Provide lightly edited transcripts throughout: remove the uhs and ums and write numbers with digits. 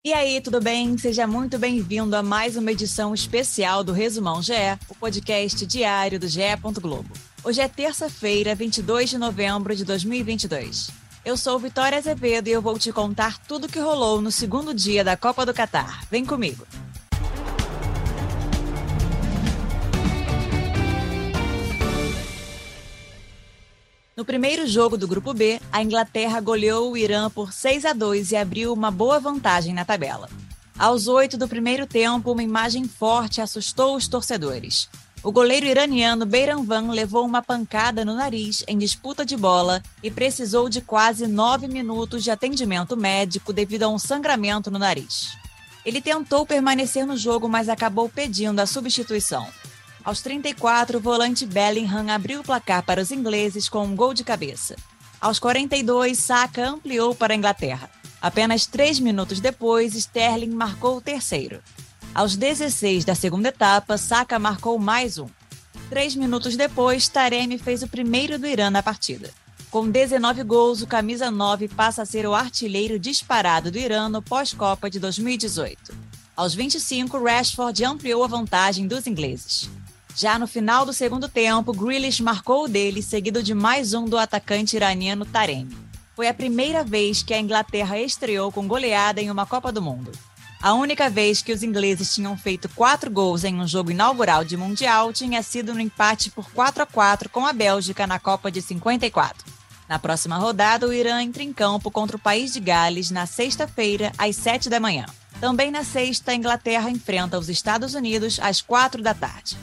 E aí, tudo bem? Seja muito bem-vindo a mais uma edição especial do Resumão GE, o podcast diário do GE. Globo. Hoje é terça-feira, 22 de novembro de 2022. Eu sou Vitória Azevedo e eu vou te contar tudo o que rolou no segundo dia da Copa do Catar. Vem comigo! No primeiro jogo do Grupo B, a Inglaterra goleou o Irã por 6-2 e abriu uma boa vantagem na tabela. Aos 8 do primeiro tempo, uma imagem forte assustou os torcedores. O goleiro iraniano Beiranvand levou uma pancada no nariz em disputa de bola e precisou de quase 9 minutos de atendimento médico devido a um sangramento no nariz. Ele tentou permanecer no jogo, mas acabou pedindo a substituição. Aos 34, o volante Bellingham abriu o placar para os ingleses com um gol de cabeça. Aos 42, Saka ampliou para a Inglaterra. Apenas 3 minutos depois, Sterling marcou o terceiro. Aos 16 da segunda etapa, Saka marcou mais um. 3 minutos depois, Taremi fez o primeiro do Irã na partida. Com 19 gols, o camisa 9 passa a ser o artilheiro disparado do Irã no pós-Copa de 2018. Aos 25, Rashford ampliou a vantagem dos ingleses. Já no final do segundo tempo, Grealish marcou o dele, seguido de mais um do atacante iraniano Taremi. Foi a primeira vez que a Inglaterra estreou com goleada em uma Copa do Mundo. A única vez que os ingleses tinham feito 4 gols em um jogo inaugural de Mundial tinha sido no empate por 4-4 com a Bélgica na Copa de 54. Na próxima rodada, o Irã entra em campo contra o País de Gales na sexta-feira, às 7 da manhã. Também na sexta, a Inglaterra enfrenta os Estados Unidos às 4 da tarde.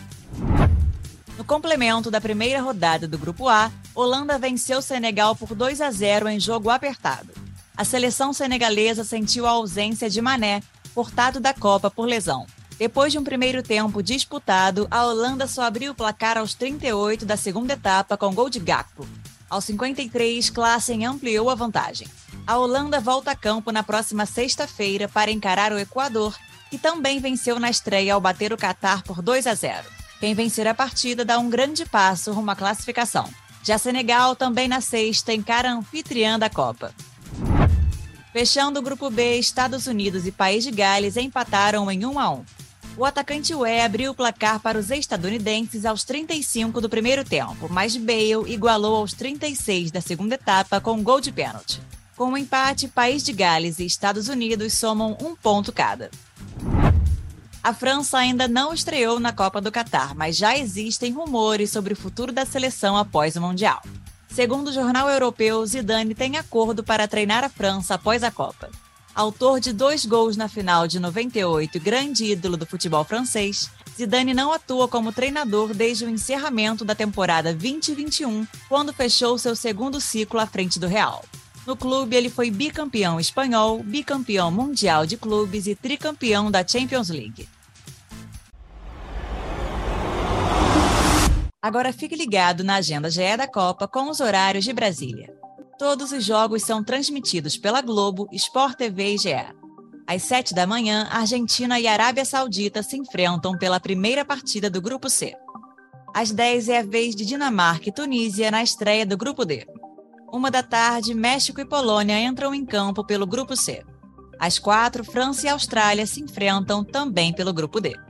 No complemento da primeira rodada do Grupo A, Holanda venceu o Senegal por 2-0 em jogo apertado. A seleção senegalesa sentiu a ausência de Mané, cortado da Copa por lesão. Depois de um primeiro tempo disputado, a Holanda só abriu o placar aos 38 da segunda etapa com gol de Gakpo. Aos 53, Klaassen ampliou a vantagem. A Holanda volta a campo na próxima sexta-feira para encarar o Equador, que também venceu na estreia ao bater o Catar por 2-0. Quem vencer a partida dá um grande passo rumo à classificação. Já Senegal, também na sexta, encara a anfitriã da Copa. Fechando o Grupo B, Estados Unidos e País de Gales empataram em 1-1. O atacante Ué abriu o placar para os estadunidenses aos 35 do primeiro tempo, mas Bale igualou aos 36 da segunda etapa com um gol de pênalti. Com o empate, País de Gales e Estados Unidos somam 1 ponto cada. A França ainda não estreou na Copa do Catar, mas já existem rumores sobre o futuro da seleção após o Mundial. Segundo o jornal europeu, Zidane tem acordo para treinar a França após a Copa. Autor de 2 gols na final de 98 e grande ídolo do futebol francês, Zidane não atua como treinador desde o encerramento da temporada 2021, quando fechou seu segundo ciclo à frente do Real. No clube, ele foi bicampeão espanhol, bicampeão mundial de clubes e tricampeão da Champions League. Agora fique ligado na agenda GE da Copa com os horários de Brasília. Todos os jogos são transmitidos pela Globo, Sport TV e GE. Às 7 da manhã, Argentina e Arábia Saudita se enfrentam pela primeira partida do Grupo C. Às 10 é a vez de Dinamarca e Tunísia na estreia do Grupo D. 1 da tarde, México e Polônia entram em campo pelo Grupo C. Às 4, França e Austrália se enfrentam também pelo Grupo D.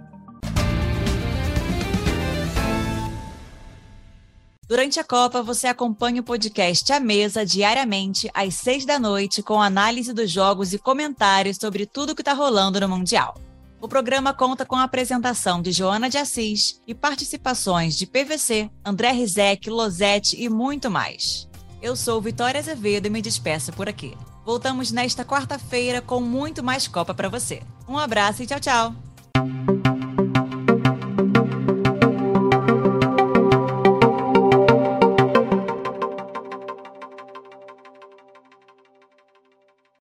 Durante a Copa, você acompanha o podcast À Mesa diariamente às 6 da noite com análise dos jogos e comentários sobre tudo que está rolando no Mundial. O programa conta com a apresentação de Joana de Assis e participações de PVC, André Rizek, Losetti e muito mais. Eu sou Vitória Azevedo e me despeço por aqui. Voltamos nesta quarta-feira com muito mais Copa para você. Um abraço e tchau, tchau!